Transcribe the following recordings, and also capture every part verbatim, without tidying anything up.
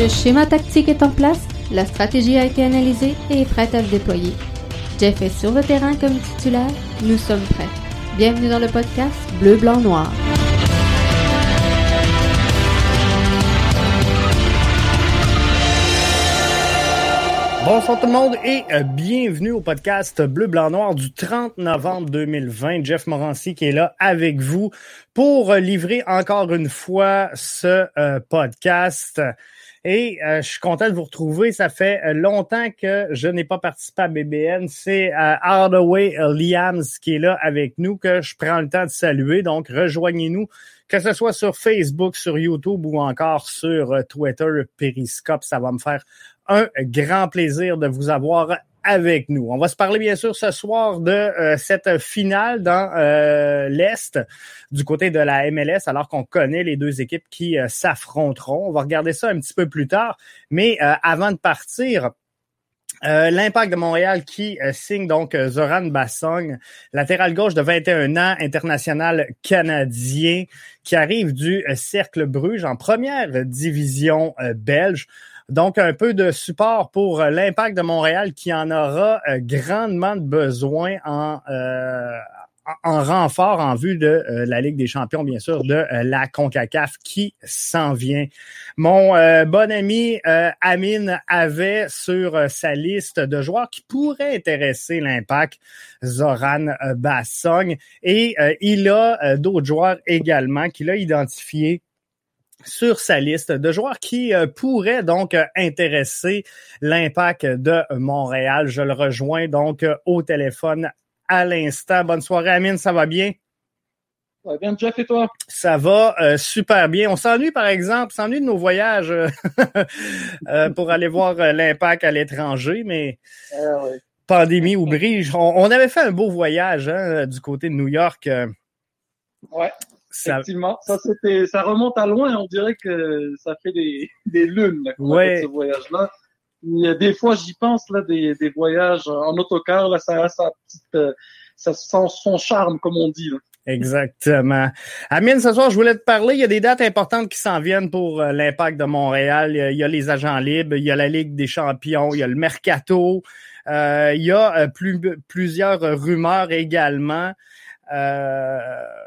Le schéma tactique est en place, la stratégie a été analysée et est prête à se déployer. Jeff est sur le terrain comme titulaire, nous sommes prêts. Bienvenue dans le podcast Bleu, Blanc, Noir. Bonsoir tout le monde et euh, bienvenue au podcast Bleu, Blanc, Noir du trente novembre deux mille vingt. Jeff Morancy qui est là avec vous pour euh, livrer encore une fois ce euh, podcast. Et euh, je suis content de vous retrouver. Ça fait euh, longtemps que je n'ai pas participé à B B N. C'est euh, Hardaway Liams qui est là avec nous que je prends le temps de saluer. Donc, rejoignez-nous, que ce soit sur Facebook, sur YouTube ou encore sur euh, Twitter, Periscope. Ça va me faire un grand plaisir de vous avoir avec nous. On va se parler bien sûr ce soir de euh, cette finale dans euh, l'Est du côté de la M L S, alors qu'on connaît les deux équipes qui euh, s'affronteront. On va regarder ça un petit peu plus tard. Mais euh, avant de partir, euh, l'Impact de Montréal qui euh, signe donc euh, Zoran Bassong, latéral gauche de vingt et un ans, international canadien, qui arrive du euh, Cercle Bruges en première division euh, belge. Donc, un peu de support pour euh, l'Impact de Montréal qui en aura euh, grandement besoin en, euh, en renfort en vue de euh, la Ligue des champions, bien sûr, de euh, la CONCACAF qui s'en vient. Mon euh, bon ami euh, Amine avait sur euh, sa liste de joueurs qui pourraient intéresser l'Impact Zoran euh, Bassong et euh, il a euh, d'autres joueurs également qu'il a identifiés sur sa liste de joueurs qui euh, pourraient donc euh, intéresser l'Impact de Montréal. Je le rejoins donc euh, au téléphone à l'instant. Bonne soirée, Amine, ça va bien? Ça va bien, Jeff, et toi? Ça va euh, super bien. On s'ennuie, par exemple, on s'ennuie de nos voyages euh, euh, pour aller voir euh, l'Impact à l'étranger, mais euh, oui. pandémie ou brise. On, on avait fait un beau voyage hein, du côté de New York. Euh, ouais. Ça... Effectivement, ça c'était, ça remonte à loin. On dirait que ça fait des des lunes là, qu'on ouais. a fait ce voyage-là. Il y a des fois, j'y pense là, des des voyages en autocar là, ça a sa petite, ça sent son charme comme on dit. Là. Exactement. Amine, ce soir, je voulais te parler. Il y a des dates importantes qui s'en viennent pour euh, l'Impact de Montréal. Il y a les agents libres, il y a la Ligue des champions, il y a le Mercato. Euh, il y a euh, plus, plusieurs rumeurs également. Euh,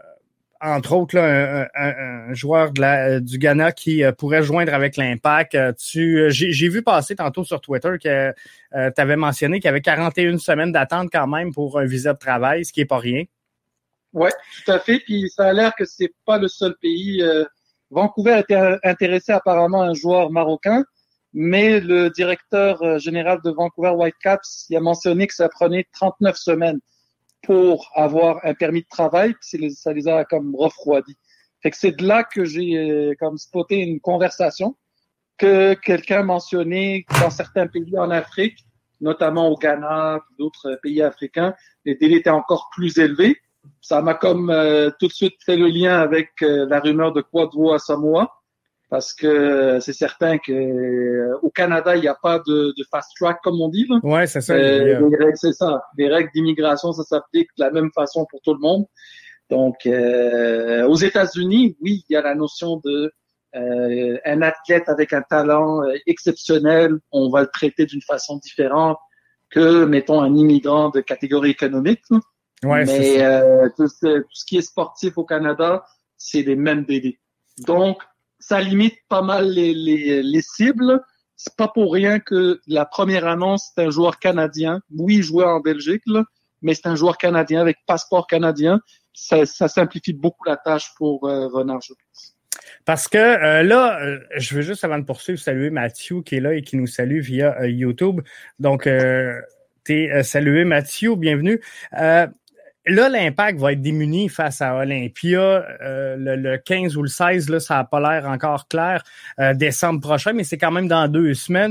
entre autres, là, un, un, un joueur de la, du Ghana qui euh, pourrait joindre avec l'Impact. Euh, tu, euh, j'ai, j'ai vu passer tantôt sur Twitter que euh, tu avais mentionné qu'il y avait quarante et une semaines d'attente quand même pour un visa de travail, ce qui est pas rien. Ouais, tout à fait. Puis ça a l'air que c'est pas le seul pays. Euh, Vancouver était intéressé apparemment à un joueur marocain, mais le directeur général de Vancouver Whitecaps il a mentionné que ça prenait trente-neuf semaines pour avoir un permis de travail, puis ça les a comme refroidis. Fait que c'est de là que j'ai euh, comme spoté une conversation que quelqu'un mentionnait dans certains pays en Afrique, notamment au Ghana, d'autres pays africains, les délais étaient encore plus élevés. Ça m'a comme euh, tout de suite fait le lien avec euh, la rumeur de Kwadwo à Samoa, parce que euh, c'est certain que euh, au Canada il n'y a pas de, de fast track comme on dit. Là. Ouais, c'est ça. Euh, les règles, c'est ça. Les règles d'immigration, ça s'applique de la même façon pour tout le monde. Donc, euh, aux États-Unis, oui, il y a la notion de euh, un athlète avec un talent euh, exceptionnel, on va le traiter d'une façon différente que, mettons, un immigrant de catégorie économique. Là. Ouais, mais c'est ça. euh, tout, ce, tout ce qui est sportif au Canada, c'est les mêmes délais. Donc, ça limite pas mal les, les, les cibles. C'est pas pour rien que la première annonce, c'est un joueur canadien. Oui, il jouait en Belgique, là, mais c'est un joueur canadien avec passeport canadien. Ça, ça simplifie beaucoup la tâche pour euh, Renard, je pense. Parce que euh, là, euh, je veux juste, avant de poursuivre, saluer Mathieu qui est là et qui nous salue via euh, YouTube. Donc, euh, t'es euh, salué Mathieu, bienvenue. Euh, Là, l'Impact va être démuni face à Olympia. Euh, le, le quinze ou le seize, là, ça n'a pas l'air encore clair, euh, décembre prochain, mais c'est quand même dans deux semaines.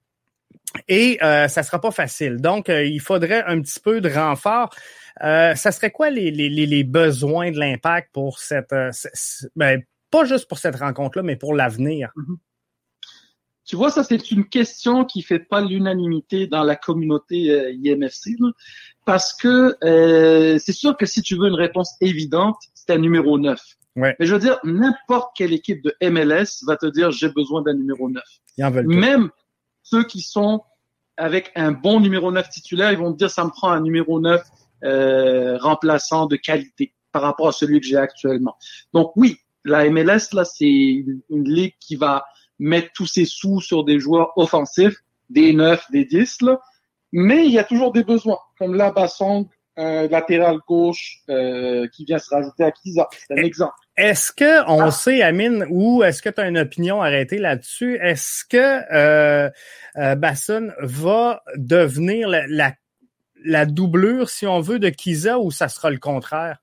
Et euh, ça sera pas facile. Donc, euh, il faudrait un petit peu de renfort. Euh, ça serait quoi les, les, les besoins de l'Impact pour cette... Euh, ben, pas juste pour cette rencontre-là, mais pour l'avenir? Mm-hmm. Tu vois, ça, c'est une question qui fait pas l'unanimité dans la communauté euh, I M F C, là, parce que euh, c'est sûr que si tu veux une réponse évidente, c'est un numéro neuf. Ouais. Mais je veux dire, n'importe quelle équipe de M L S va te dire j'ai besoin d'un numéro neuf. Ils en veulent Même ceux qui sont avec un bon numéro neuf titulaire, ils vont te dire ça me prend un numéro neuf euh, remplaçant de qualité par rapport à celui que j'ai actuellement. Donc oui, la M L S, là, c'est une, une ligue qui va mettre tous ses sous sur des joueurs offensifs, des neuf, des dix, là. Mais il y a toujours des besoins, comme là, Bassong, euh, latéral gauche, euh, qui vient se rajouter à Kiza. C'est un exemple. Est-ce que on Ah. sait, Amine, ou est-ce que tu as une opinion arrêtée là-dessus? Est-ce que euh, euh, Basson va devenir la, la, la doublure, si on veut, de Kiza, ou ça sera le contraire?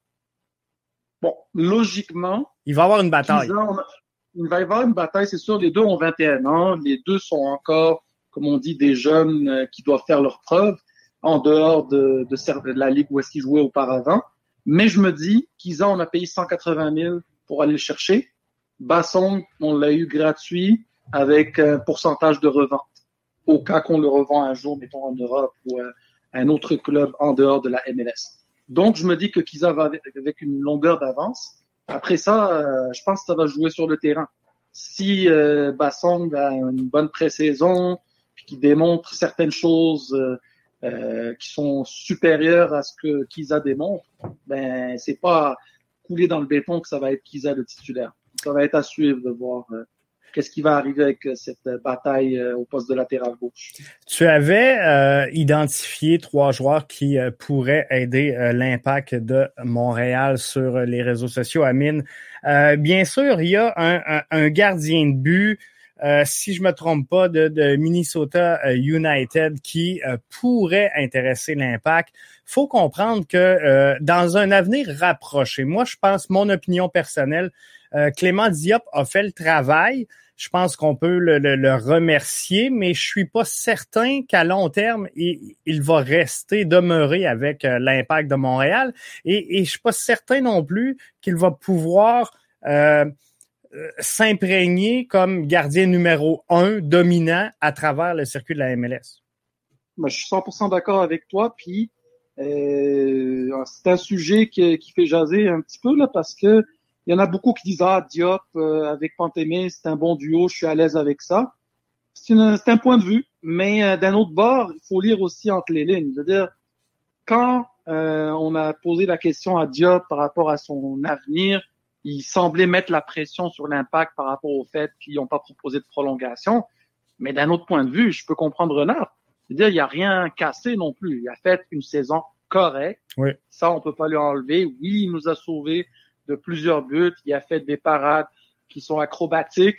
Bon, logiquement, il va y avoir une bataille. Kiza, on a, il va y avoir une bataille, c'est sûr. Les deux ont vingt et un ans. Les deux sont encore, comme on dit, des jeunes euh, qui doivent faire leurs preuves en dehors de, de, de la ligue où est-ce qu'ils jouaient auparavant. Mais je me dis, Kiza, on a payé cent quatre-vingt mille pour aller le chercher. Bassong, on l'a eu gratuit avec un pourcentage de revente. Au cas qu'on le revend un jour, mettons en Europe ou euh, un autre club en dehors de la M L S. Donc, je me dis que Kiza va avec, avec une longueur d'avance. Après ça, euh, je pense que ça va jouer sur le terrain. Si euh, Bassong a une bonne pré-saison, puis qu'il démontre certaines choses euh, euh, qui sont supérieures à ce que Kiza démontre, ben c'est pas couler dans le béton que ça va être Kiza le titulaire. Ça va être à suivre de voir euh, qu'est-ce qui va arriver avec cette bataille euh, au poste de latéral gauche. Tu avais euh, identifié trois joueurs qui euh, pourraient aider euh, l'Impact de Montréal sur les réseaux sociaux, Amine. Euh, bien sûr, il y a un, un, un gardien de but, euh, si je me trompe pas, de, de Minnesota United qui euh, pourrait intéresser l'Impact. Faut comprendre que euh, dans un avenir rapproché, moi je pense, mon opinion personnelle, euh, Clément Diop a fait le travail. Je pense qu'on peut le, le, le remercier, mais je suis pas certain qu'à long terme, il, il va rester, demeurer avec euh, l'Impact de Montréal. Et, et je suis pas certain non plus qu'il va pouvoir euh, s'imprégner comme gardien numéro un dominant à travers le circuit de la M L S. Moi, je suis cent pour cent d'accord avec toi. Puis euh, c'est un sujet qui, qui fait jaser un petit peu là parce que il y en a beaucoup qui disent « Ah, Diop euh, avec Pantémis, c'est un bon duo, je suis à l'aise avec ça. » C'est, une, c'est un point de vue, mais euh, d'un autre bord, il faut lire aussi entre les lignes. C'est-à-dire, quand euh, on a posé la question à Diop par rapport à son avenir, il semblait mettre la pression sur l'Impact par rapport au fait qu'ils n'ont pas proposé de prolongation. Mais d'un autre point de vue, je peux comprendre Renard. C'est-à-dire, il n'y a rien cassé non plus. Il a fait une saison correcte. Oui. Ça, on peut pas lui enlever. Oui, il nous a sauvés de plusieurs buts. Il a fait des parades qui sont acrobatiques.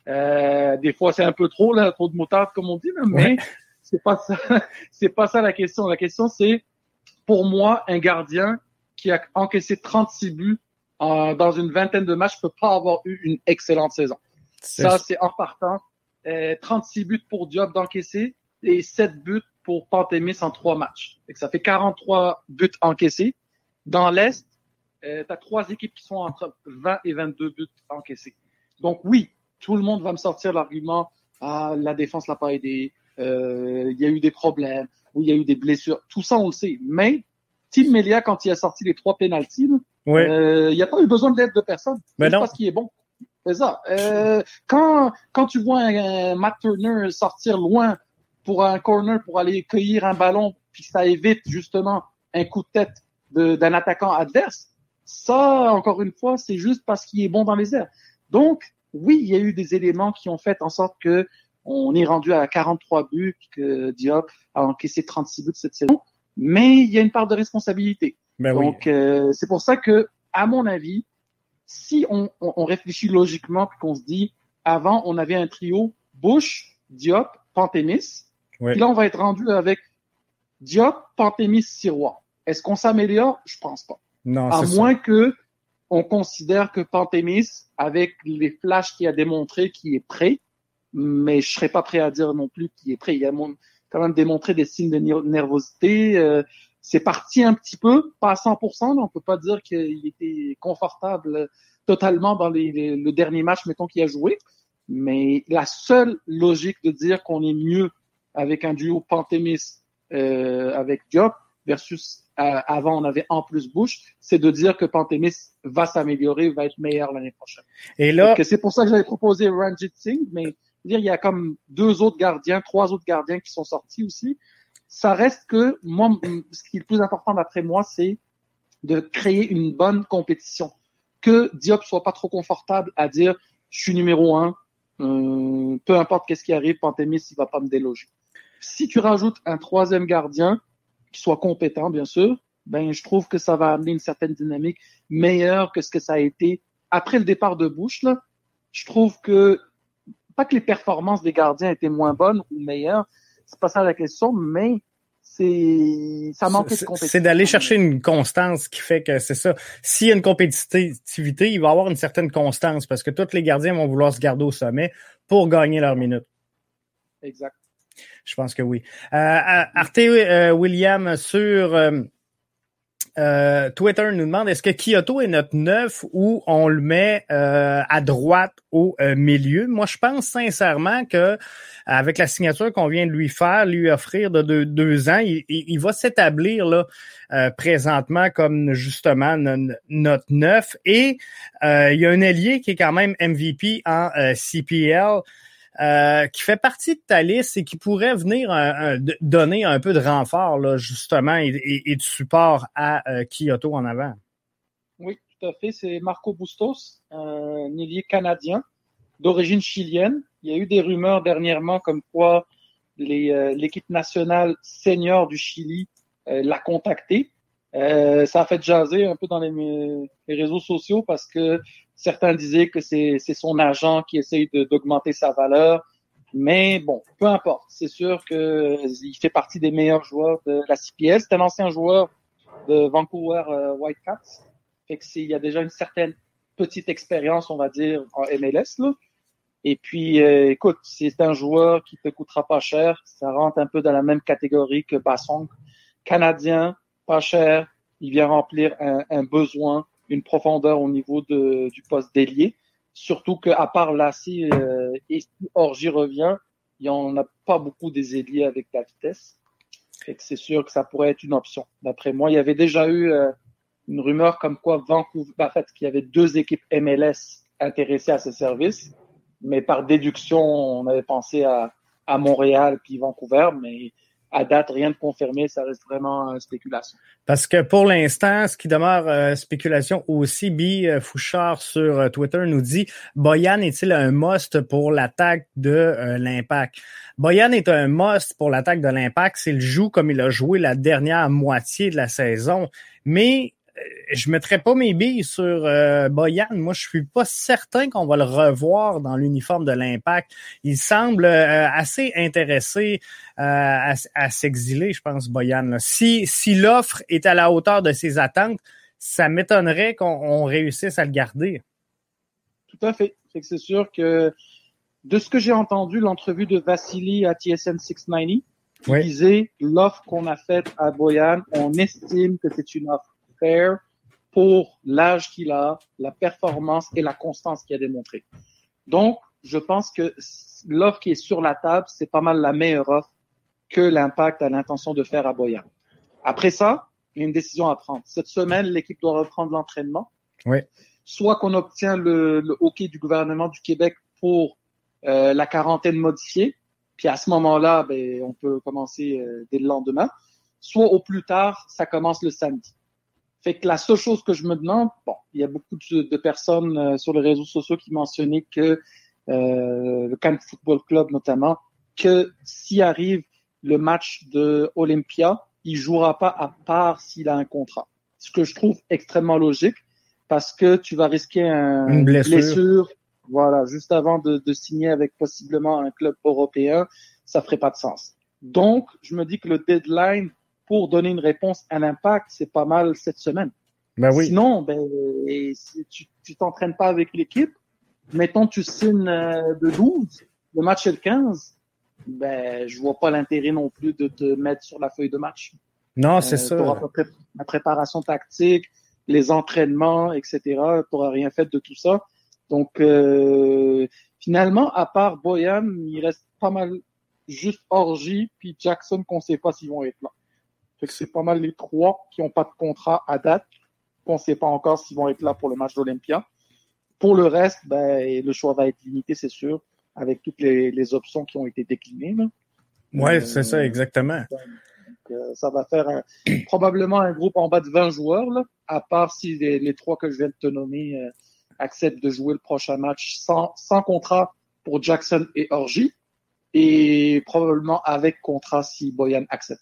Euh, des fois, c'est un peu trop, là, trop de moutarde, comme on dit, là, mais ouais. c'est pas ça, c'est pas ça la question. La question, c'est, pour moi, un gardien qui a encaissé trente-six buts en, dans une vingtaine de matchs peut pas avoir eu une excellente saison. C'est ça, c'est en partant. Euh, trente-six buts pour Diop d'encaisser et sept buts pour Pantémis en trois matchs. Et que ça fait quarante-trois buts encaissés. Dans l'Est, Euh, tu as trois équipes qui sont entre vingt et vingt-deux buts encaissés. Donc oui, tout le monde va me sortir l'argument « Ah, la défense l'a pas aidé, euh, il y a eu des problèmes, ou il y a eu des blessures. » Tout ça, on le sait. Mais Tim Melia, quand il a sorti les trois pénaltys, oui. euh, il n'y a pas eu besoin de l'aide de personne. Mais c'est non. parce qu'il est bon. C'est ça. Euh, quand, quand tu vois un, un Matt Turner sortir loin pour un corner pour aller cueillir un ballon, puis ça évite justement un coup de tête de, d'un attaquant adverse, ça, encore une fois, c'est juste parce qu'il est bon dans les airs. Donc, oui, il y a eu des éléments qui ont fait en sorte que on est rendu à quarante-trois buts, que Diop a encaissé trente-six buts cette saison. Mais il y a une part de responsabilité. Ben Donc, oui. euh, c'est pour ça que, à mon avis, si on, on, on réfléchit logiquement puis qu'on se dit, avant, on avait un trio Bush, Diop, Pantémis. Oui. Puis là, on va être rendu avec Diop, Pantémis, Sirois. Est-ce qu'on s'améliore? Je pense pas. Non, à c'est moins ça. que on considère que Pantémis, avec les flashs qu'il a démontré, qu'il est prêt, mais je serais pas prêt à dire non plus qu'il est prêt. Il a quand même démontré des signes de nervosité. Euh, c'est parti un petit peu, pas à cent pour cent, mais on peut pas dire qu'il était confortable totalement dans les, les, le dernier match, mettons, qu'il a joué. Mais la seule logique de dire qu'on est mieux avec un duo Pantémis euh, avec Diop versus euh, avant on avait en plus Bush, c'est de dire que Pantemis va s'améliorer, va être meilleur l'année prochaine. Et là, donc, c'est pour ça que j'avais proposé Ranjit Singh, mais dire il y a comme deux autres gardiens, trois autres gardiens qui sont sortis aussi. Ça reste que moi, ce qui est le plus important d'après moi, c'est de créer une bonne compétition. Que Diop soit pas trop confortable à dire je suis numéro un, euh, peu importe qu'est-ce qui arrive, Pantemis il va pas me déloger. Si tu rajoutes un troisième gardien qui soit compétent, bien sûr, ben je trouve que ça va amener une certaine dynamique meilleure que ce que ça a été après le départ de Bush. Là, je trouve que pas que les performances des gardiens étaient moins bonnes ou meilleures, c'est pas ça la question, mais c'est ça manquait de compétition. C'est d'aller chercher une constance qui fait que c'est ça. S'il y a une compétitivité, il va y avoir une certaine constance parce que tous les gardiens vont vouloir se garder au sommet pour gagner leurs minutes. Exact. Je pense que oui. Euh, Arte euh, William sur euh, euh, Twitter nous demande est-ce que Kyoto est notre neuf ou on le met euh, à droite au euh, milieu? Moi, je pense sincèrement que avec la signature qu'on vient de lui faire, lui offrir de deux, deux ans, il, il, il va s'établir là euh, présentement comme justement no, notre neuf. Et euh, il y a un ailier qui est quand même M V P en euh, C P L. Euh, qui fait partie de ta liste et qui pourrait venir un, un, donner un peu de renfort là, justement et, et, et de support à euh, Kyoto en avant. Oui, tout à fait. C'est Marco Bustos, un ailier canadien d'origine chilienne. Il y a eu des rumeurs dernièrement comme quoi les, euh, l'équipe nationale senior du Chili euh, l'a contacté. Euh, ça a fait jaser un peu dans les, les réseaux sociaux parce que certains disaient que c'est, c'est son agent qui essaye de, d'augmenter sa valeur. Mais bon, peu importe. C'est sûr qu'il fait partie des meilleurs joueurs de la C P L. C'est un ancien joueur de Vancouver euh, Whitecaps. Fait que c'est, il y a déjà une certaine petite expérience, on va dire, en M L S, là. Et puis, euh, écoute, c'est un joueur qui te coûtera pas cher. Ça rentre un peu dans la même catégorie que Bassong. Canadien, pas cher. Il vient remplir un, un besoin, une profondeur au niveau de, du poste d'ailier. Surtout qu'à part Lassie euh, et si Orji revient, il n'y en a pas beaucoup des ailiers avec la vitesse. Et que c'est sûr que ça pourrait être une option. D'après moi, il y avait déjà eu euh, une rumeur comme quoi Vancouver, en fait, qu'il y avait deux équipes M L S intéressées à ce service. Mais par déduction, on avait pensé à, à Montréal puis Vancouver, mais à date, rien de confirmé, ça reste vraiment euh, spéculation. Parce que pour l'instant, ce qui demeure euh, spéculation aussi, B. Euh, Fouchard sur euh, Twitter nous dit « Boyan est-il un must pour l'attaque de euh, l'Impact? » Boyan est un must pour l'attaque de l'Impact s'il joue comme il a joué la dernière moitié de la saison. Mais je mettrais pas mes billes sur euh, Boyan. Moi, je suis pas certain qu'on va le revoir dans l'uniforme de l'Impact. Il semble euh, assez intéressé euh, à, à s'exiler, je pense, Boyan. Là. Si, si l'offre est à la hauteur de ses attentes, ça m'étonnerait qu'on on réussisse à le garder. Tout à fait. C'est que c'est sûr que de ce que j'ai entendu, l'entrevue de Vassili à T S N six cent quatre-vingt-dix, oui. Il disait l'offre qu'on a faite à Boyan, on estime que c'est une offre fair pour l'âge qu'il a, la performance et la constance qu'il a démontré. Donc, je pense que l'offre qui est sur la table, c'est pas mal la meilleure offre que l'Impact a l'intention de faire à Boyan. Après ça, il y a une décision à prendre. Cette semaine, l'équipe doit reprendre l'entraînement. Oui. Soit qu'on obtient le, le OK du gouvernement du Québec pour euh, la quarantaine modifiée, puis à ce moment-là, ben, on peut commencer euh, dès le lendemain. Soit au plus tard, ça commence le samedi. Fait que la seule chose que je me demande, bon, il y a beaucoup de, de personnes euh, sur les réseaux sociaux qui mentionnaient que euh, le Cannes Football Club notamment, que s'il arrive le match de Olympia, il jouera pas à part s'il a un contrat. Ce que je trouve extrêmement logique parce que tu vas risquer un, une blessure. blessure, voilà, juste avant de, de signer avec possiblement un club européen, ça ferait pas de sens. Donc, je me dis que le deadline pour donner une réponse à l'Impact, c'est pas mal cette semaine. Ben oui. Sinon, ben, si tu, tu t'entraînes pas avec l'équipe, mettons tu signes de douze, le match est le quinze, ben, je vois pas l'intérêt non plus de te mettre sur la feuille de match. Non, c'est euh, ça. T'auras pas pré- la préparation tactique, les entraînements, et cetera. T'auras rien fait de tout ça. Donc, euh, finalement, à part Boyan, il reste pas mal juste Orji puis Jackson qu'on sait pas s'ils vont être là. Fait que c'est pas mal les trois qui n'ont pas de contrat à date. On ne sait pas encore s'ils vont être là pour le match d'Olympia. Pour le reste, ben, le choix va être limité, c'est sûr, avec toutes les, les options qui ont été déclinées. Oui, euh, c'est ça, exactement. Donc, euh, ça va faire un, probablement un groupe en bas de vingt joueurs, là, à part si les, les trois que je viens de te nommer euh, acceptent de jouer le prochain match sans, sans contrat pour Jackson et Orji, et probablement avec contrat si Bojan accepte.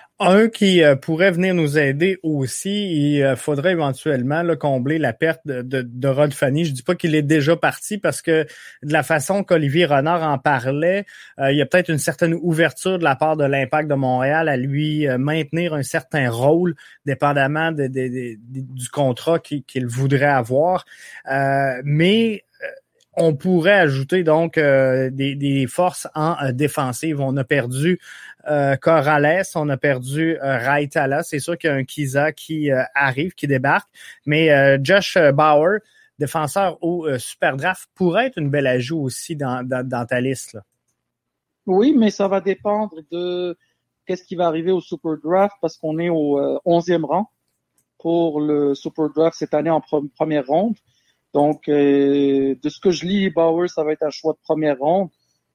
Un qui euh, pourrait venir nous aider aussi, il euh, faudrait éventuellement là, combler la perte de, de, de Rod Fanny. Je dis pas qu'il est déjà parti parce que de la façon qu'Olivier Renard en parlait, euh, il y a peut-être une certaine ouverture de la part de l'Impact de Montréal à lui euh, maintenir un certain rôle, dépendamment de, de, de, de, du contrat qu'il, qu'il voudrait avoir. Euh, mais on pourrait ajouter donc euh, des, des forces en euh, défensive. On a perdu euh, Corrales, on a perdu euh, Raitala. C'est sûr qu'il y a un Kiza qui euh, arrive, qui débarque. Mais euh, Josh Bauer, défenseur au euh, Super Draft, pourrait être une belle ajout aussi dans, dans, dans ta liste, là. Oui, mais ça va dépendre de qu'est-ce qui va arriver au Super Draft parce qu'on est au euh, onzième rang pour le Super Draft cette année en pre- première ronde. Donc, euh, de ce que je lis, Bauer, ça va être un choix de première ronde.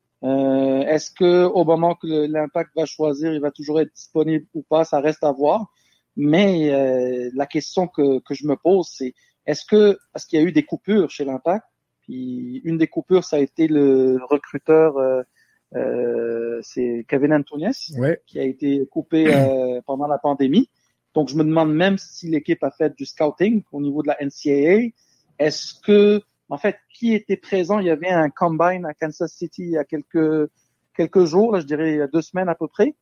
Euh, est-ce que au moment que le, l'Impact va choisir, il va toujours être disponible ou pas, ça reste à voir. Mais euh, la question que, que je me pose, c'est est-ce que parce qu'il y a eu des coupures chez l'Impact, puis une des coupures, ça a été le recruteur, euh, euh, c'est Kevin Antunes, ouais. qui a été coupé euh, pendant la pandémie. Donc, je me demande même si l'équipe a fait du scouting au niveau de la N C A A. Est-ce que, en fait, qui était présent? Il y avait un combine à Kansas City il y a quelques quelques jours, là, je dirais il y a deux semaines à peu près.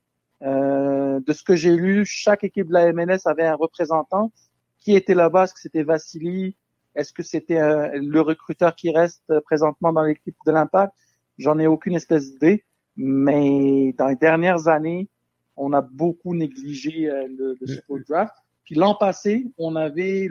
Euh, de ce que j'ai lu, chaque équipe de la M L S avait un représentant. Qui était là-bas? Est-ce que c'était Vassili? Est-ce que c'était euh, le recruteur qui reste présentement dans l'équipe de l'Impact? J'en ai aucune espèce d'idée. Mais dans les dernières années, on a beaucoup négligé euh, le, le Super Draft. Puis l'an passé, on avait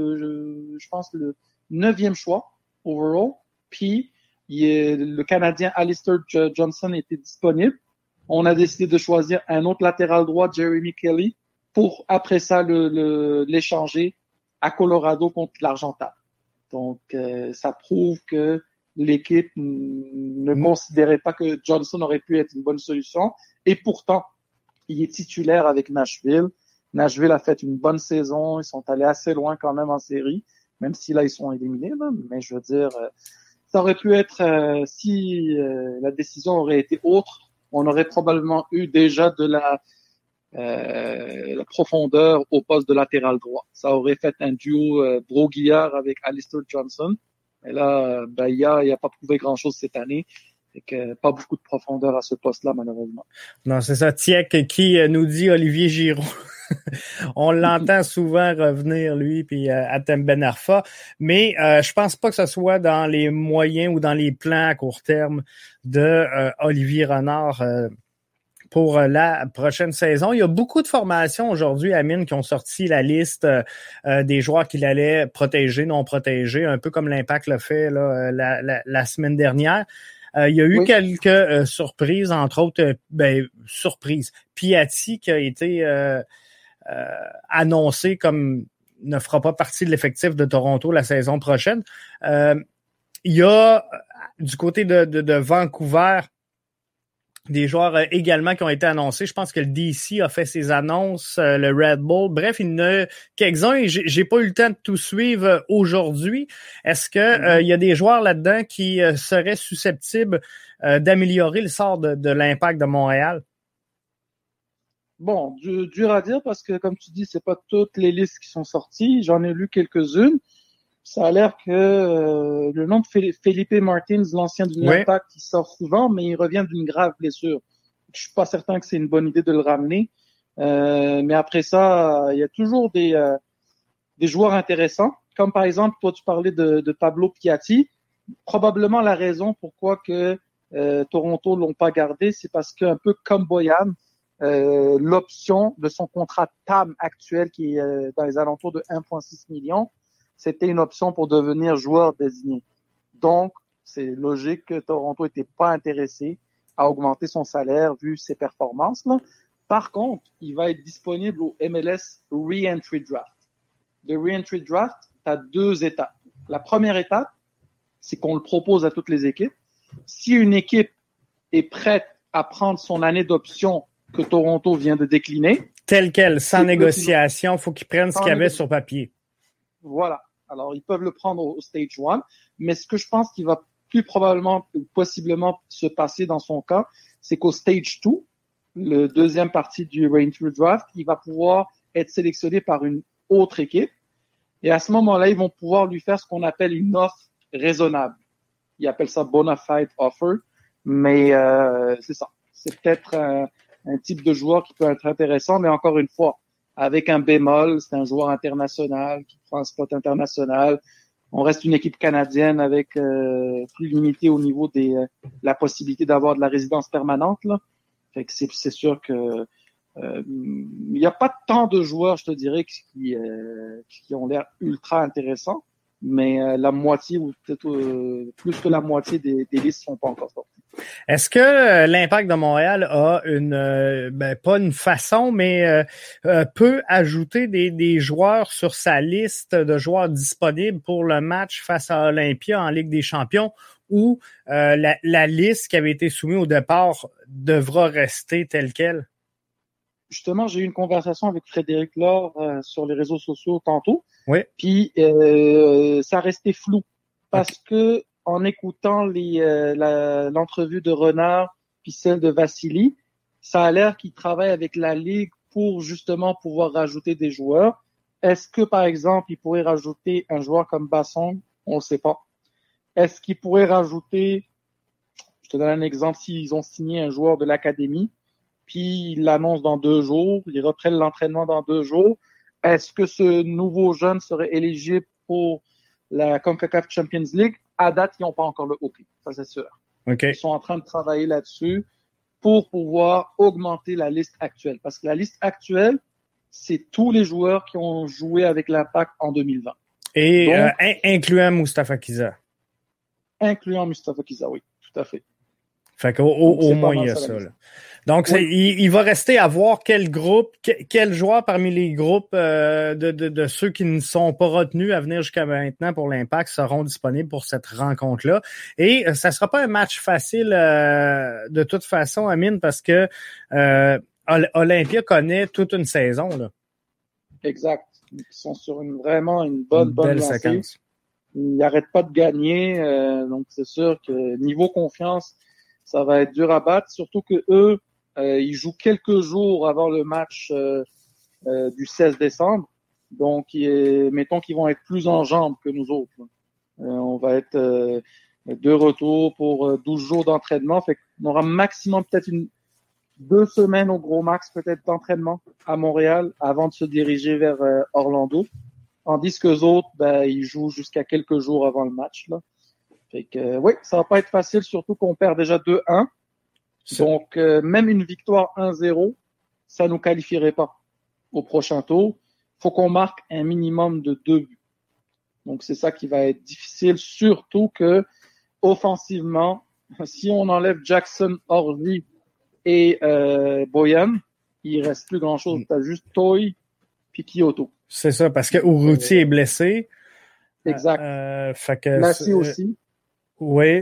le, je pense, le neuvième choix overall. Puis il est, le Canadien Alistair Johnson était disponible. On a décidé de choisir un autre latéral droit, Jeremy Kelly, pour après ça le, le, l'échanger à Colorado contre l'Argentin. Donc euh, ça prouve que l'équipe ne mmh. considérait pas que Johnson aurait pu être une bonne solution. Et pourtant, il est titulaire avec Nashville. Nashville a fait une bonne saison. Ils sont allés assez loin quand même en série, même si là, ils sont éliminés. Là. Mais je veux dire, euh, ça aurait pu être, euh, si euh, la décision aurait été autre, on aurait probablement eu déjà de la, euh, la profondeur au poste de latéral droit. Ça aurait fait un duo euh, Brault-Guillard avec Alistair Johnson. Et là, ben, il a, il a pas prouvé grand-chose cette année. Et que pas beaucoup de profondeur à ce poste-là, malheureusement. Non, c'est ça. Tieck qui nous dit Olivier Giroud. On l'entend souvent revenir, lui, puis euh, Hatem Ben Arfa. Mais euh, je pense pas que ce soit dans les moyens ou dans les plans à court terme de euh, Olivier Renard euh, pour euh, la prochaine saison. Il y a beaucoup de formations aujourd'hui, Amine, qui ont sorti la liste euh, des joueurs qu'il allait protéger, non protéger, un peu comme l'Impact l'a fait là, la, la, la semaine dernière. Euh, il y a eu oui. quelques euh, surprises, entre autres, euh, ben, surprises. Piatti qui a été euh, euh, annoncé comme ne fera pas partie de l'effectif de Toronto la saison prochaine. Euh, il y a du côté de, de, de Vancouver des joueurs euh, également qui ont été annoncés. Je pense que le D C a fait ses annonces, euh, le Red Bull. Bref, il y en a quelques-uns et j'ai, j'ai pas eu le temps de tout suivre aujourd'hui. Est-ce que mm-hmm. euh, il y a des joueurs là-dedans qui euh, seraient susceptibles euh, d'améliorer le sort de, de l'Impact de Montréal? Bon, du, dur à dire parce que, comme tu dis, c'est pas toutes les listes qui sont sorties. J'en ai lu quelques-unes. Ça a l'air que euh, le nom de Felipe Martins, l'ancien de l'Impact, oui. il sort souvent, mais il revient d'une grave blessure. Je suis pas certain que c'est une bonne idée de le ramener. Euh, mais après ça, il y a toujours des euh, des joueurs intéressants. Comme par exemple, toi, tu parlais de, de Pablo Piatti. Probablement la raison pourquoi que euh, Toronto l'ont pas gardé, c'est parce qu'un peu comme Bojan, euh, l'option de son contrat T A M actuel, qui est euh, dans les alentours de un virgule six million, c'était une option pour devenir joueur désigné. Donc, c'est logique que Toronto n'était pas intéressé à augmenter son salaire vu ses performances, là. Par contre, il va être disponible au M L S Re-Entry Draft. Le Re-Entry Draft, tu as deux étapes. La première étape, c'est qu'on le propose à toutes les équipes. Si une équipe est prête à prendre son année d'option que Toronto vient de décliner, tel quel, sans négociation, il faut qu'ils prennent ce qu'il y avait sur papier. Voilà. Alors, ils peuvent le prendre au stage one, mais ce que je pense qu'il va plus probablement, ou possiblement se passer dans son cas, c'est qu'au stage two, le deuxième partie du Re-Entry Draft, il va pouvoir être sélectionné par une autre équipe. Et à ce moment-là, ils vont pouvoir lui faire ce qu'on appelle une offre raisonnable. Ils appellent ça bona fide offer, mais euh, c'est ça. C'est peut-être un, un type de joueur qui peut être intéressant, mais encore une fois, avec un bémol, c'est un joueur international qui prend un spot international. On reste une équipe canadienne avec euh, plus limité au niveau des euh, la possibilité d'avoir de la résidence permanente, là. Fait que c'est, c'est sûr que euh, il n'y a pas tant de joueurs, je te dirais, qui, euh, qui ont l'air ultra intéressants, mais euh, la moitié ou peut-être euh, plus que la moitié des, des listes sont pas encore sorties. Est-ce que euh, l'Impact de Montréal a une, euh, ben, pas une façon, mais euh, euh, peut ajouter des, des joueurs sur sa liste de joueurs disponibles pour le match face à Olympia en Ligue des Champions, où euh, la, la liste qui avait été soumise au départ devra rester telle quelle? Justement, j'ai eu une conversation avec Frédéric Laure euh, sur les réseaux sociaux tantôt. Oui. Puis euh, ça restait flou parce okay. que en écoutant les, euh, la, l'entrevue de Renard puis celle de Vassili, ça a l'air qu'il travaille avec la Ligue pour justement pouvoir rajouter des joueurs. Est-ce que, par exemple, il pourrait rajouter un joueur comme Bassong? On ne sait pas. Est-ce qu'il pourrait rajouter, je te donne un exemple, s'ils ont signé un joueur de l'académie, puis ils l'annoncent dans deux jours, ils reprennent l'entraînement dans deux jours, est-ce que ce nouveau jeune serait éligible pour la CONCACAF Champions League? À date, ils n'ont pas encore le OK, ça c'est sûr. Okay. Ils sont en train de travailler là-dessus pour pouvoir augmenter la liste actuelle. Parce que la liste actuelle, c'est tous les joueurs qui ont joué avec l'Impact en deux mille vingt. Et Donc, euh, incluant Moustapha Kiza. Incluant Moustapha Kiza, oui, tout à fait. Fait qu'au au, au moins, il y a ça. Là. Donc, oui. il, il va rester à voir quel groupe, quel, quel joueur parmi les groupes euh, de, de, de ceux qui ne sont pas retenus à venir jusqu'à maintenant pour l'Impact seront disponibles pour cette rencontre-là. Et euh, ça sera pas un match facile euh, de toute façon, Amine, parce que euh, Olympia connaît toute une saison. Là. Exact. Ils sont sur une vraiment une bonne, une bonne belle lancée. séquence. Ils n'arrêtent pas de gagner. Euh, donc, c'est sûr que niveau confiance, ça va être dur à battre, surtout que eux, euh, ils jouent quelques jours avant le match euh, euh, du seize décembre. Donc, il, mettons qu'ils vont être plus en jambes que nous autres. Euh, on va être euh, de retour pour euh, douze jours d'entraînement. Fait qu'on aura maximum peut-être une deux semaines au gros max peut-être d'entraînement à Montréal avant de se diriger vers euh, Orlando. Tandis que les autres, ben, ils jouent jusqu'à quelques jours avant le match, là. Fait que, euh, oui, ça va pas être facile, surtout qu'on perd déjà deux un. Donc, euh, même une victoire un zéro, ça nous qualifierait pas au prochain tour. Faut qu'on marque un minimum de deux buts. Donc, c'est ça qui va être difficile, surtout que, offensivement, si on enlève Jackson, Orly et euh, Boyan, il reste plus grand-chose. T'as juste Toy puis Kyoto. C'est ça, parce que Urruti euh, est blessé. Exact. Euh, fait que Lassie aussi. Oui.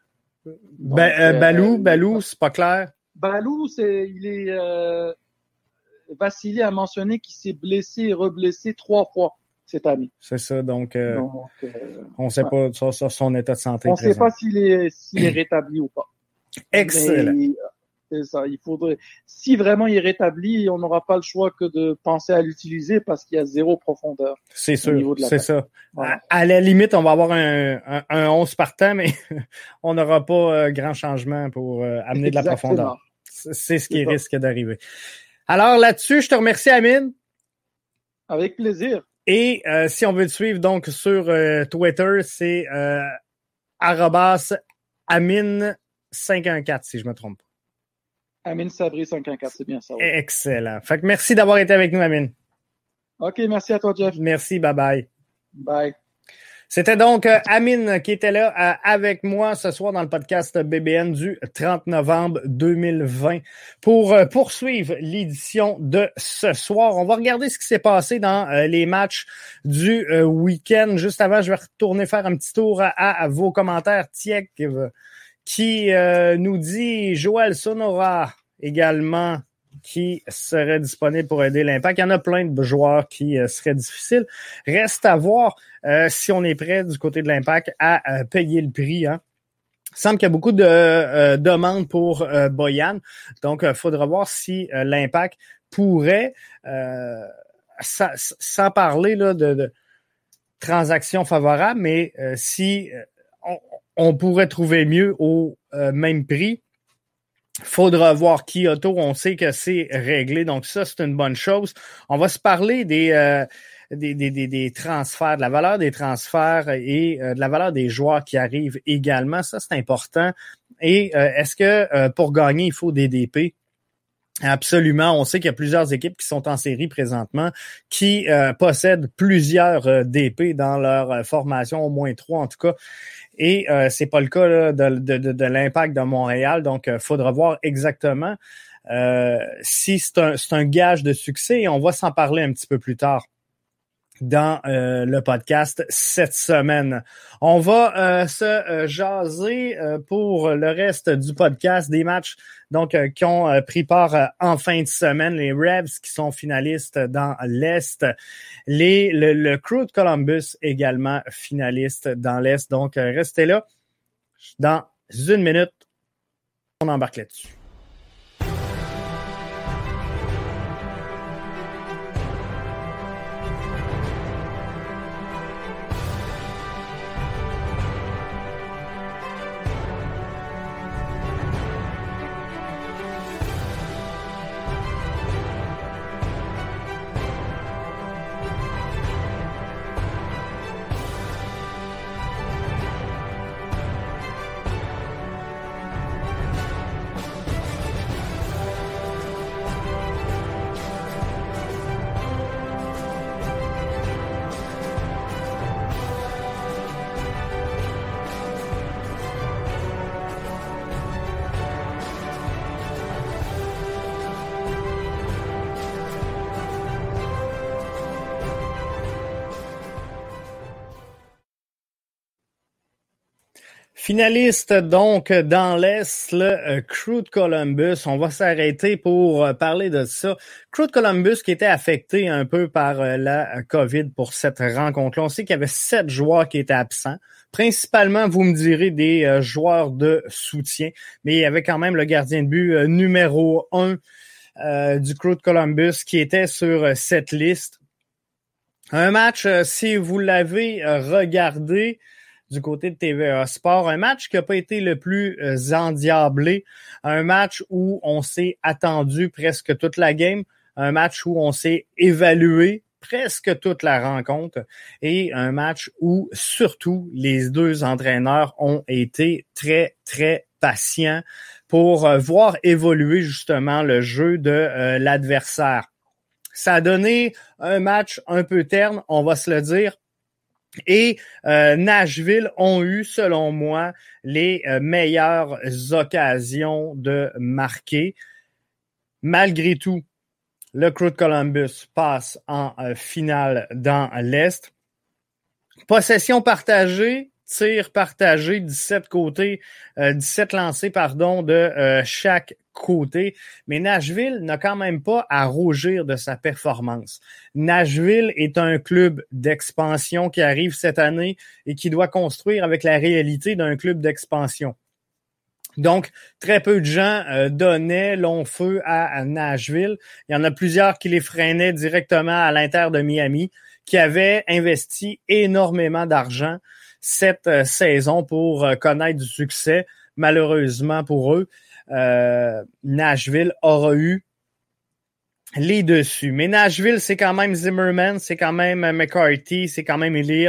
Ba- euh, Balou, euh, Balou, c'est pas clair. Balou, c'est, il est, euh, Vassili a mentionné qu'il s'est blessé et reblessé trois fois cette année. C'est ça, donc, euh, donc euh, on ne sait ouais. pas sur, sur son état de santé. On ne sait pas s'il est, s'il est rétabli ou pas. Excellent. Mais, c'est ça, il faudrait, si vraiment il est rétabli, on n'aura pas le choix que de penser à l'utiliser parce qu'il y a zéro profondeur. C'est sûr, c'est ça. Voilà. À, à la limite, on va avoir un, un, un onze partant, mais on n'aura pas euh, grand changement pour euh, amener Exactement. de la profondeur. C'est, c'est ce qui c'est risque d'arriver. Alors là-dessus, je te remercie, Amine. Avec plaisir. Et euh, si on veut te suivre donc sur euh, Twitter, c'est euh, arobase Amine cinq un quatre, si je me trompe pas. Amine Sabri cinq un quatre, c'est bien ça. Oui. Excellent. Fait que merci d'avoir été avec nous, Amine. OK, merci à toi, Jeff. Merci, bye bye. Bye. C'était donc euh, Amine qui était là euh, avec moi ce soir dans le podcast B B N du trente novembre deux mille vingt pour euh, poursuivre l'édition de ce soir. On va regarder ce qui s'est passé dans euh, les matchs du euh, week-end. Juste avant, je vais retourner faire un petit tour à, à vos commentaires. Tiek qui euh, nous dit Joël Sonora également qui serait disponible pour aider l'Impact. Il y en a plein de joueurs qui euh, seraient difficiles. Reste à voir euh, si on est prêt du côté de l'Impact à euh, payer le prix. Hein. Il semble qu'il y a beaucoup de euh, demandes pour euh, Boyan. Donc, il euh, faudra voir si euh, l'Impact pourrait, euh, sans, sans parler là, de, de transactions favorables, mais euh, si euh, on, on pourrait trouver mieux au euh, même prix. Faudra voir Kyoto, on sait que c'est réglé, donc ça, c'est une bonne chose. On va se parler des, euh, des, des, des, des transferts, de la valeur des transferts et euh, de la valeur des joueurs qui arrivent également. Ça, c'est important. Et euh, est-ce que euh, pour gagner, il faut des D P? Absolument. On sait qu'il y a plusieurs équipes qui sont en série présentement qui euh, possèdent plusieurs euh, D P dans leur euh, formation, au moins trois en tout cas. Et euh, c'est pas le cas là, de, de, de, de l'Impact de Montréal. Donc, il euh, faudra voir exactement euh, si c'est un, c'est un gage de succès. Et on va s'en parler un petit peu plus tard dans euh, le podcast cette semaine. On va euh, se euh, jaser euh, pour le reste du podcast des matchs donc euh, qui ont euh, pris part euh, en fin de semaine. Les Revs qui sont finalistes dans l'Est. Les le, le Crew de Columbus également finaliste dans l'Est. Donc, euh, restez là. Dans une minute, on embarque là-dessus. Finaliste donc dans l'Est, le euh, Crew de Columbus. On va s'arrêter pour euh, parler de ça. Crew de Columbus qui était affecté un peu par euh, la euh, COVID pour cette rencontre-là. On sait qu'il y avait sept joueurs qui étaient absents. Principalement, vous me direz, des euh, joueurs de soutien. Mais il y avait quand même le gardien de but euh, numéro un euh, du Crew de Columbus qui était sur euh, cette liste. Un match, euh, si vous l'avez euh, regardé, du côté de T V A Sport. Un match qui n'a pas été le plus euh, endiablé. Un match où on s'est attendu presque toute la game. Un match où on s'est évalué presque toute la rencontre. Et un match où, surtout, les deux entraîneurs ont été très, très patients pour euh, voir évoluer justement le jeu de euh, l'adversaire. Ça a donné un match un peu terne, on va se le dire. Et euh, Nashville ont eu, selon moi, les euh, meilleures occasions de marquer. Malgré tout, le Crew de Columbus passe en euh, finale dans l'Est. Possession partagée, tir partagé, dix-sept côtés, euh, dix-sept lancés, pardon, de euh, chaque côté. Mais Nashville n'a quand même pas à rougir de sa performance. Nashville est un club d'expansion qui arrive cette année et qui doit construire avec la réalité d'un club d'expansion. Donc, très peu de gens euh, donnaient long feu à, à Nashville. Il y en a plusieurs qui les freinaient directement à l'Inter de Miami, qui avaient investi énormément d'argent cette euh, saison pour euh, connaître du succès. Malheureusement pour eux, euh, Nashville aura eu les dessus. Mais Nashville, c'est quand même Zimmerman, c'est quand même McCarthy, c'est quand même Eliel,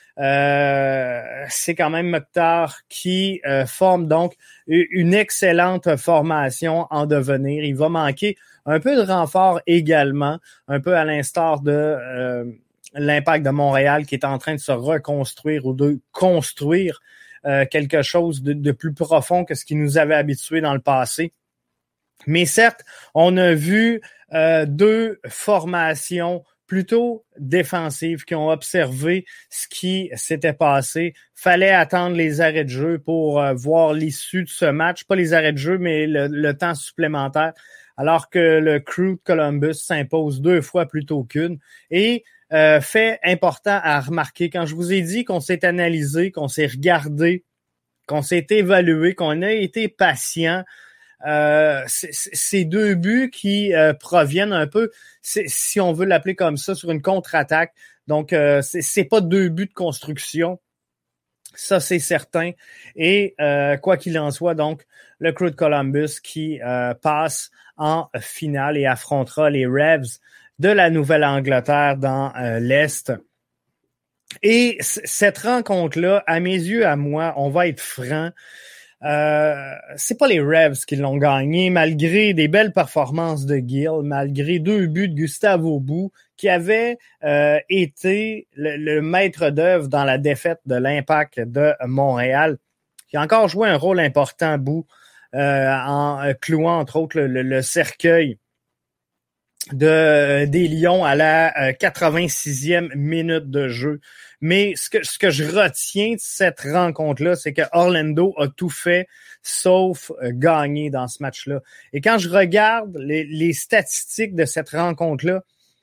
euh, c'est quand même Mokhtar qui euh, forme donc une excellente formation en devenir. Il va manquer un peu de renfort également, un peu à l'instar de euh, l'Impact de Montréal qui est en train de se reconstruire ou de construire euh, quelque chose de, de plus profond que ce qui nous avait habitués dans le passé. Mais certes, on a vu euh, deux formations plutôt défensives qui ont observé ce qui s'était passé. Fallait attendre les arrêts de jeu pour euh, voir l'issue de ce match. Pas les arrêts de jeu, mais le, le temps supplémentaire. Alors que le Crew de Columbus s'impose deux fois plutôt qu'une. Et euh, fait important à remarquer, quand je vous ai dit qu'on s'est analysé, qu'on s'est regardé, qu'on s'est évalué, qu'on a été patient, Euh, c'est, c'est, ces deux buts qui euh, proviennent un peu, si on veut l'appeler comme ça, sur une contre-attaque. Donc, euh, c'est, c'est pas deux buts de construction. Ça, c'est certain. Et euh, quoi qu'il en soit, donc, le Crew de Columbus qui euh, passe en finale et affrontera les Revs de la Nouvelle-Angleterre dans euh, l'Est. Et c- cette rencontre-là, à mes yeux, à moi, on va être franc, Euh, c'est pas les Revs qui l'ont gagné, malgré des belles performances de Gill, malgré deux buts de Gustave Aubout, qui avait euh, été le, le maître d'œuvre dans la défaite de l'Impact de Montréal, qui a encore joué un rôle important, Bout, euh, en clouant entre autres le, le, le cercueil de des Lions à la quatre-vingt-sixième minute de jeu. Mais ce que ce que je retiens de cette rencontre-là, c'est que Orlando a tout fait sauf euh, gagner dans ce match-là. Et quand je regarde les, les statistiques de cette rencontre-là,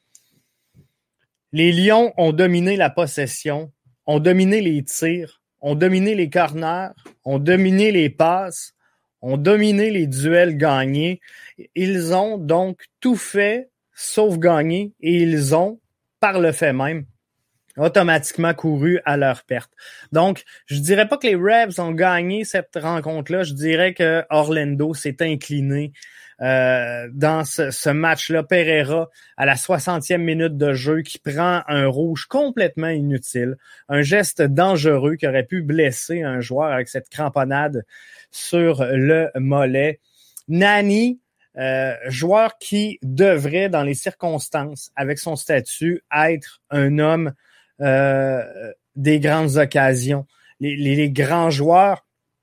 les Lions ont dominé la possession, ont dominé les tirs, ont dominé les corners, ont dominé les passes, ont dominé les duels gagnés. Ils ont donc tout fait sauf gagner et ils ont, par le fait même, automatiquement couru à leur perte. Donc, je dirais pas que les Revs ont gagné cette rencontre-là, je dirais que Orlando s'est incliné euh, dans ce, ce match-là. Pereira, à la soixantième minute de jeu, qui prend un rouge complètement inutile, un geste dangereux qui aurait pu blesser un joueur avec cette cramponnade sur le mollet. Nani, Euh, joueur qui devrait, dans les circonstances, avec son statut, être un homme euh, des grandes occasions. Les, les, les grands joueurs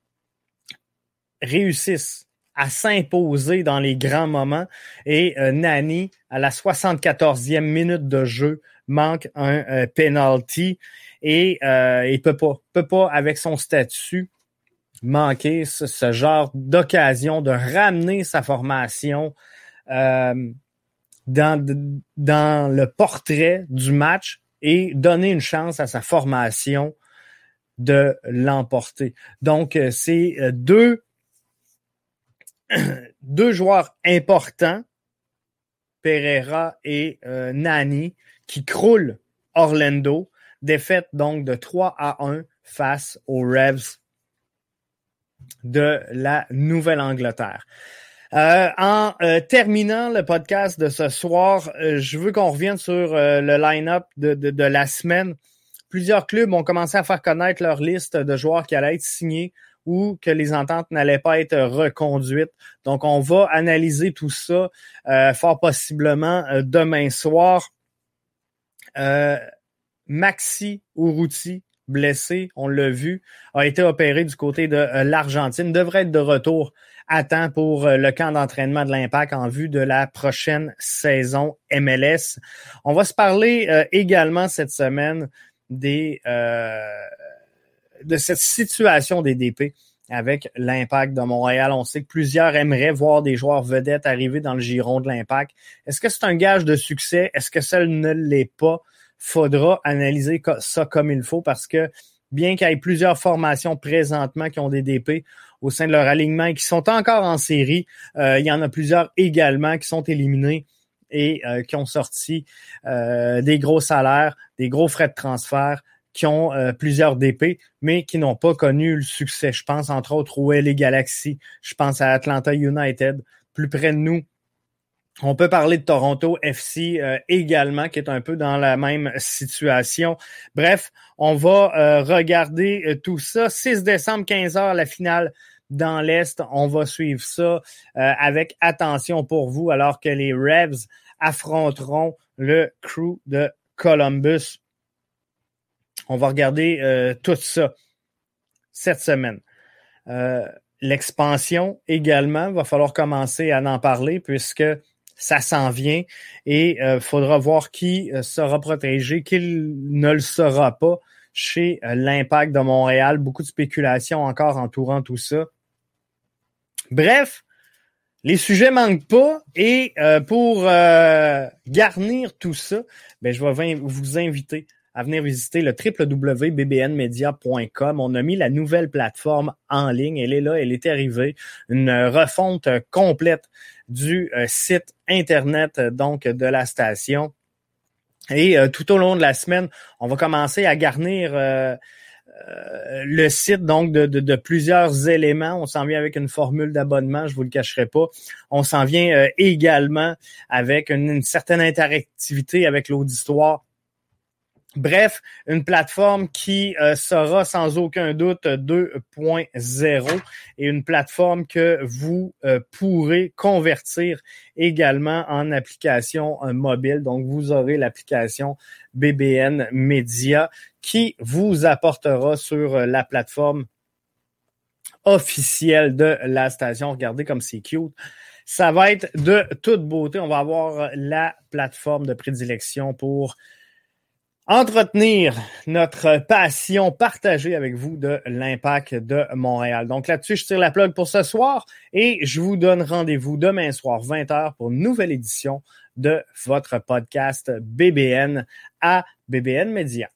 réussissent à s'imposer dans les grands moments et euh, Nani, à la soixante-quatorzième minute de jeu, manque un euh, penalty et euh, il peut pas, peut pas, avec son statut, manquer ce, ce genre d'occasion de ramener sa formation euh, dans, dans le portrait du match et donner une chance à sa formation de l'emporter. Donc, c'est deux, deux joueurs importants, Pereira et euh, Nani, qui croulent Orlando. Défaite donc de trois à un face aux Revs de la Nouvelle-Angleterre. Euh, en euh, terminant le podcast de ce soir, euh, je veux qu'on revienne sur euh, le line-up de, de, de la semaine. Plusieurs clubs ont commencé à faire connaître leur liste de joueurs qui allaient être signés ou que les ententes n'allaient pas être reconduites. Donc, on va analyser tout ça euh, fort possiblement euh, demain soir. Euh, Maxi Urruti, blessé, on l'a vu, a été opéré du côté de euh, l'Argentine, devrait être de retour à temps pour euh, le camp d'entraînement de l'Impact en vue de la prochaine saison M L S. On va se parler euh, également cette semaine des euh, de cette situation des D P avec l'Impact de Montréal. On sait que plusieurs aimeraient voir des joueurs vedettes arriver dans le giron de l'Impact. Est-ce que c'est un gage de succès? Est-ce que ça ne l'est pas? Faudra analyser ça comme il faut parce que bien qu'il y ait plusieurs formations présentement qui ont des D P au sein de leur alignement et qui sont encore en série, euh, il y en a plusieurs également qui sont éliminés et euh, qui ont sorti euh, des gros salaires, des gros frais de transfert, qui ont euh, plusieurs D P, mais qui n'ont pas connu le succès. Je pense entre autres au L A Galaxy, je pense à Atlanta United, plus près de nous. On peut parler de Toronto F C euh, également, qui est un peu dans la même situation. Bref, on va euh, regarder euh, tout ça. six décembre, quinze heures, la finale dans l'Est. On va suivre ça euh, avec attention pour vous, alors que les Revs affronteront le Crew de Columbus. On va regarder euh, tout ça cette semaine. Euh, l'expansion également, va falloir commencer à en parler puisque ça s'en vient et il euh, faudra voir qui euh, sera protégé, qui ne le sera pas chez euh, l'Impact de Montréal. Beaucoup de spéculations encore entourant tout ça. Bref, les sujets manquent pas et euh, pour euh, garnir tout ça, ben, je vais vous inviter à venir visiter le w w w point b b n media point com. On a mis la nouvelle plateforme en ligne. Elle est là, elle est arrivée. Une refonte complète du euh, site Internet donc de la station. Et euh, tout au long de la semaine, on va commencer à garnir euh, euh, le site donc de, de, de plusieurs éléments. On s'en vient avec une formule d'abonnement, je vous le cacherai pas. On s'en vient euh, également avec une, une certaine interactivité avec l'auditoire. Bref, une plateforme qui euh, sera sans aucun doute deux point zéro et une plateforme que vous euh, pourrez convertir également en application euh, mobile. Donc, vous aurez l'application B B N Media qui vous apportera sur euh, la plateforme officielle de la station. Regardez comme c'est cute. Ça va être de toute beauté. On va avoir la plateforme de prédilection pour entretenir notre passion partagée avec vous de l'Impact de Montréal. Donc là-dessus, je tire la plug pour ce soir et je vous donne rendez-vous demain soir vingt heures pour une nouvelle édition de votre podcast B B N à B B N Media.